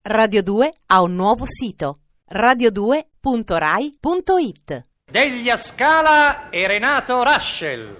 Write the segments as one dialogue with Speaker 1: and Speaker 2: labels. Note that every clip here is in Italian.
Speaker 1: Radio 2 ha un nuovo sito, radio2.rai.it.
Speaker 2: Deglia Scala e Renato Raschel.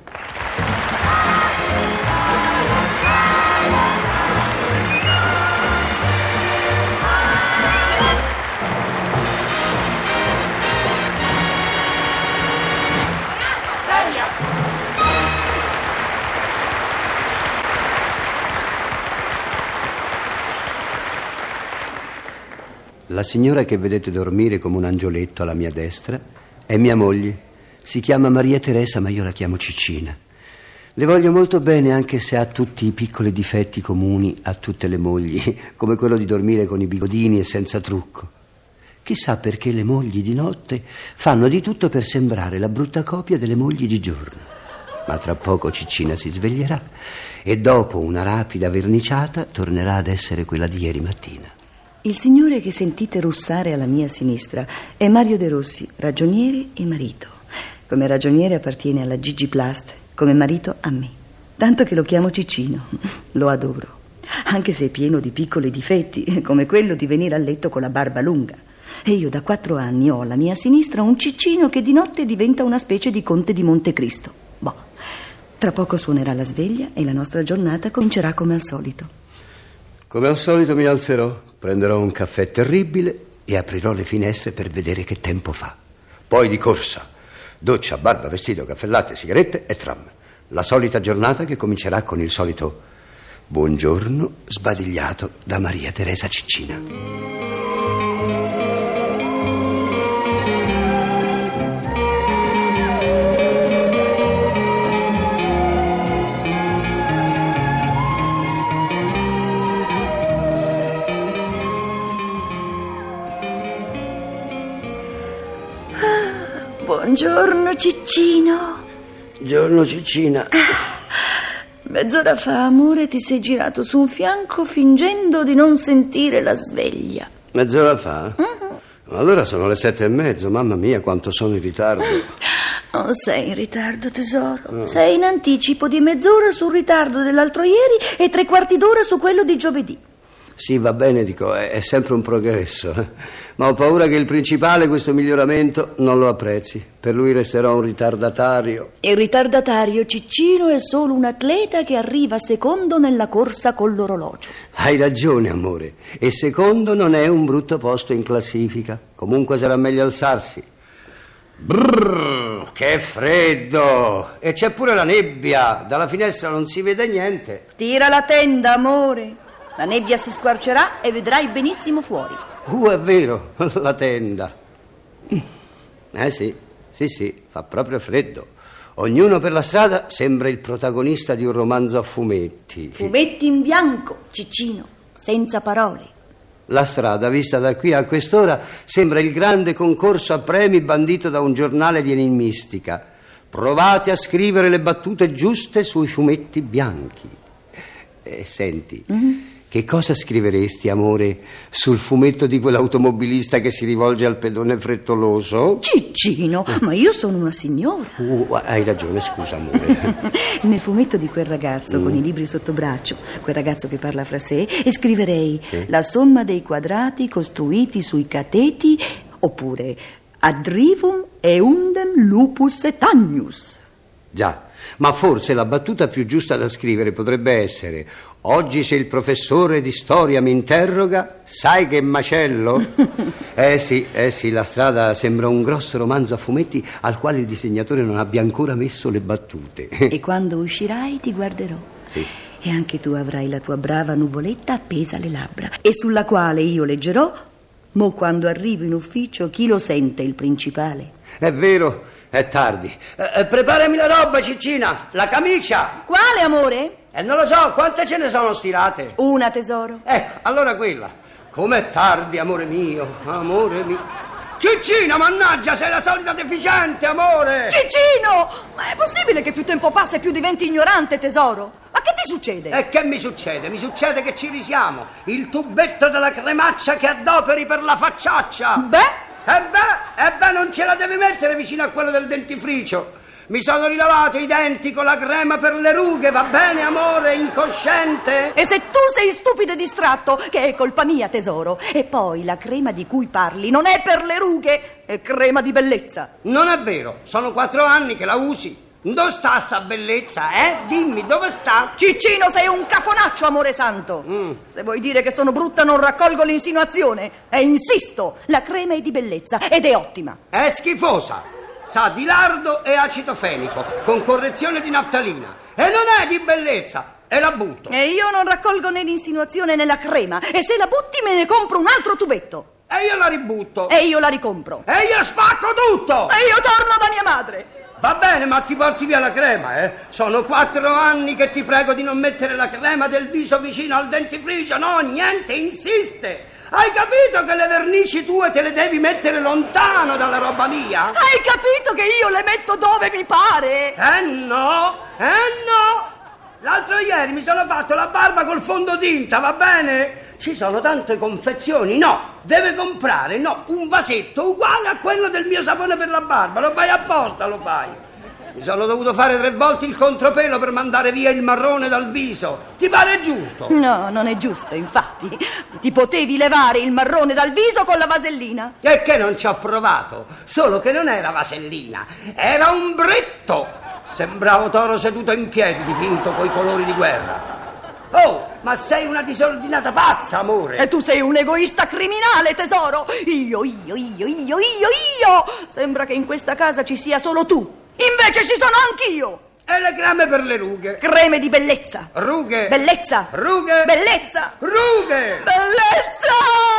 Speaker 3: La signora che vedete dormire come un angioletto alla mia destra è mia moglie. Si chiama Maria Teresa, ma io la chiamo Ciccina. Le voglio molto bene, anche se ha tutti i piccoli difetti comuni a tutte le mogli, come quello di dormire con i bigodini e senza trucco. Chissà perché le mogli di notte fanno di tutto per sembrare la brutta copia delle mogli di giorno. Ma tra poco Ciccina si sveglierà e dopo una rapida verniciata tornerà ad essere quella di ieri mattina.
Speaker 4: Il signore che sentite russare alla mia sinistra è Mario De Rossi, ragioniere e marito. Come ragioniere appartiene alla Gigi Plast, come marito a me. Tanto che lo chiamo Ciccino, lo adoro. Anche se è pieno di piccoli difetti, come quello di venire a letto con la barba lunga. E io da 4 anni ho alla mia sinistra un Ciccino che di notte diventa una specie di conte di Montecristo. Boh, tra poco suonerà la sveglia e la nostra giornata comincerà come al solito.
Speaker 3: Come al solito mi alzerò, prenderò un caffè terribile e aprirò le finestre per vedere che tempo fa. Poi di corsa, doccia, barba, vestito, caffè latte, sigarette e tram. La solita giornata che comincerà con il solito buongiorno sbadigliato da Maria Teresa Ciccina.
Speaker 4: Buongiorno Ciccino.
Speaker 3: Buongiorno Ciccina.
Speaker 4: Mezz'ora fa, amore, ti sei girato su un fianco fingendo di non sentire la sveglia.
Speaker 3: Mezz'ora fa? Allora sono le 7:30, mamma mia quanto sono in ritardo.
Speaker 4: Non sei in ritardo, tesoro. No. Sei in anticipo di mezz'ora sul ritardo dell'altro ieri e 3/4 d'ora su quello di giovedì.
Speaker 3: Sì, va bene, dico, è sempre un progresso. Ma ho paura che il principale, questo miglioramento, non lo apprezzi. Per lui resterò un ritardatario.
Speaker 4: Il ritardatario Ciccino è solo un atleta che arriva secondo nella corsa con l'orologio.
Speaker 3: Hai ragione, amore. E secondo non è un brutto posto in classifica. Comunque sarà meglio alzarsi. Brrr, che freddo! E c'è pure la nebbia. Dalla finestra non si vede niente.
Speaker 4: Tira la tenda, amore. La nebbia si squarcerà e vedrai benissimo fuori.
Speaker 3: È vero, la tenda. Sì, fa proprio freddo. Ognuno per la strada sembra il protagonista di un romanzo a fumetti.
Speaker 4: Fumetti in bianco, Ciccino, senza parole.
Speaker 3: La strada, vista da qui a quest'ora, sembra il grande concorso a premi bandito da un giornale di enigmistica. Provate a scrivere le battute giuste sui fumetti bianchi. Senti... Che cosa scriveresti, amore, sul fumetto di quell'automobilista che si rivolge al pedone frettoloso?
Speaker 4: Ciccino, ma io sono una signora.
Speaker 3: Hai ragione, scusa, amore.
Speaker 4: Nel fumetto di quel ragazzo con i libri sotto braccio, quel ragazzo che parla fra sé, e scriverei la somma dei quadrati costruiti sui cateti, oppure adrivum eundem lupus et agnus.
Speaker 3: Già, ma forse la battuta più giusta da scrivere potrebbe essere: oggi se il professore di storia mi interroga, sai che macello? Sì, la strada sembra un grosso romanzo a fumetti al quale il disegnatore non abbia ancora messo le battute.
Speaker 4: E quando uscirai ti guarderò.
Speaker 3: Sì.
Speaker 4: E anche tu avrai la tua brava nuvoletta appesa alle labbra, e sulla quale io leggerò: mo quando arrivo in ufficio chi lo sente il principale?
Speaker 3: È vero, è tardi. Preparami la roba, Ciccina, la camicia.
Speaker 4: Quale, amore?
Speaker 3: Non lo so, quante ce ne sono stirate?
Speaker 4: Una, tesoro.
Speaker 3: Ecco, allora quella. Com'è tardi, amore mio, amore mio. Ciccina, mannaggia, sei la solita deficiente, amore.
Speaker 4: Ciccino, ma è possibile che più tempo passa e più diventi ignorante, tesoro? Ma che ti succede?
Speaker 3: E che mi succede? Mi succede che ci risiamo. Il tubetto della cremaccia che adoperi per la facciaccia.
Speaker 4: Beh,
Speaker 3: non ce la devi mettere vicino a quello del dentifricio. Mi sono rilavato i denti con la crema per le rughe, va bene, amore, incosciente?
Speaker 4: E se tu sei stupido e distratto, che è colpa mia, tesoro. E poi la crema di cui parli non è per le rughe, è crema di bellezza.
Speaker 3: Non è vero, sono 4 anni che la usi. Dove sta sta bellezza, Dimmi, dove sta?
Speaker 4: Ciccino, sei un cafonaccio, amore santo. Se vuoi dire che sono brutta non raccolgo l'insinuazione. E insisto, la crema è di bellezza ed è ottima.
Speaker 3: È schifosa. Sa di lardo e acido fenico, con correzione di naftalina. E non è di bellezza, e la butto.
Speaker 4: E io non raccolgo né l'insinuazione né la crema. E se la butti me ne compro un altro tubetto.
Speaker 3: E io la ributto.
Speaker 4: E io la ricompro.
Speaker 3: E io spacco tutto.
Speaker 4: E io torno da mia madre.
Speaker 3: Va bene, ma ti porti via la crema, Sono 4 anni che ti prego di non mettere la crema del viso vicino al dentifricio. No, niente, insiste. Hai capito che le vernici tue te le devi mettere lontano dalla roba mia?
Speaker 4: Hai capito che io le metto dove mi pare?
Speaker 3: No. L'altro ieri mi sono fatto la barba col fondotinta, va bene? Ci sono tante confezioni, no, deve comprare, un vasetto uguale a quello del mio sapone per la barba, lo fai apposta, lo fai. Mi sono dovuto fare 3 volte il contropelo per mandare via il marrone dal viso. Ti pare giusto?
Speaker 4: No, non è giusto, infatti. Ti potevi levare il marrone dal viso con la vasellina.
Speaker 3: E che non ci ho provato, solo che non era vasellina, era un bretto. Sembravo toro seduto in piedi, dipinto coi colori di guerra. Oh, ma sei una disordinata pazza, amore.
Speaker 4: E tu sei un egoista criminale, tesoro. Io. Sembra che in questa casa ci sia solo tu. Invece ci sono anch'io.
Speaker 3: E le creme per le rughe?
Speaker 4: Creme di bellezza.
Speaker 3: Rughe.
Speaker 4: Bellezza.
Speaker 3: Rughe.
Speaker 4: Bellezza.
Speaker 3: Rughe.
Speaker 4: Bellezza.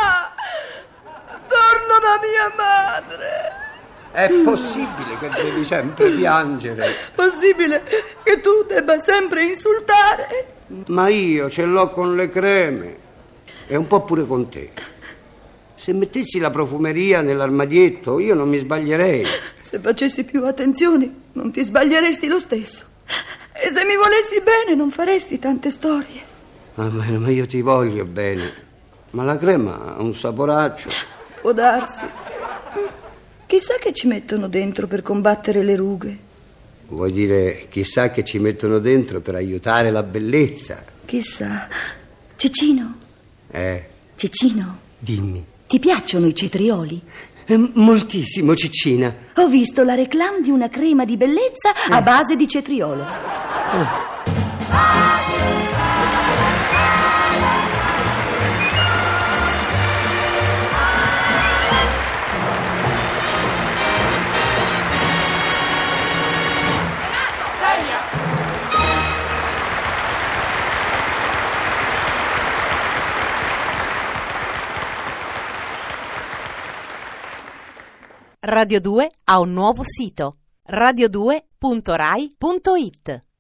Speaker 4: Torno da mia madre.
Speaker 3: È possibile che devi sempre piangere?
Speaker 4: Possibile che tu debba sempre insultare?
Speaker 3: Ma io ce l'ho con le creme. E un po' pure con te. Se mettessi la profumeria nell'armadietto, io non mi sbaglierei.
Speaker 4: Se facessi più attenzione, non ti sbaglieresti lo stesso. E se mi volessi bene, non faresti tante storie.
Speaker 3: Va bene, ma io ti voglio bene. Ma la crema ha un saporaccio.
Speaker 4: Può darsi. Chissà che ci mettono dentro per combattere le rughe.
Speaker 3: Vuoi dire chissà che ci mettono dentro per aiutare la bellezza?
Speaker 4: Chissà. Ciccino? Ciccino?
Speaker 3: Dimmi.
Speaker 4: Ti piacciono i cetrioli?
Speaker 3: Moltissimo, Ciccina.
Speaker 4: Ho visto la reclame di una crema di bellezza a base di cetriolo.
Speaker 1: Radio 2 ha un nuovo sito: radio2.rai.it.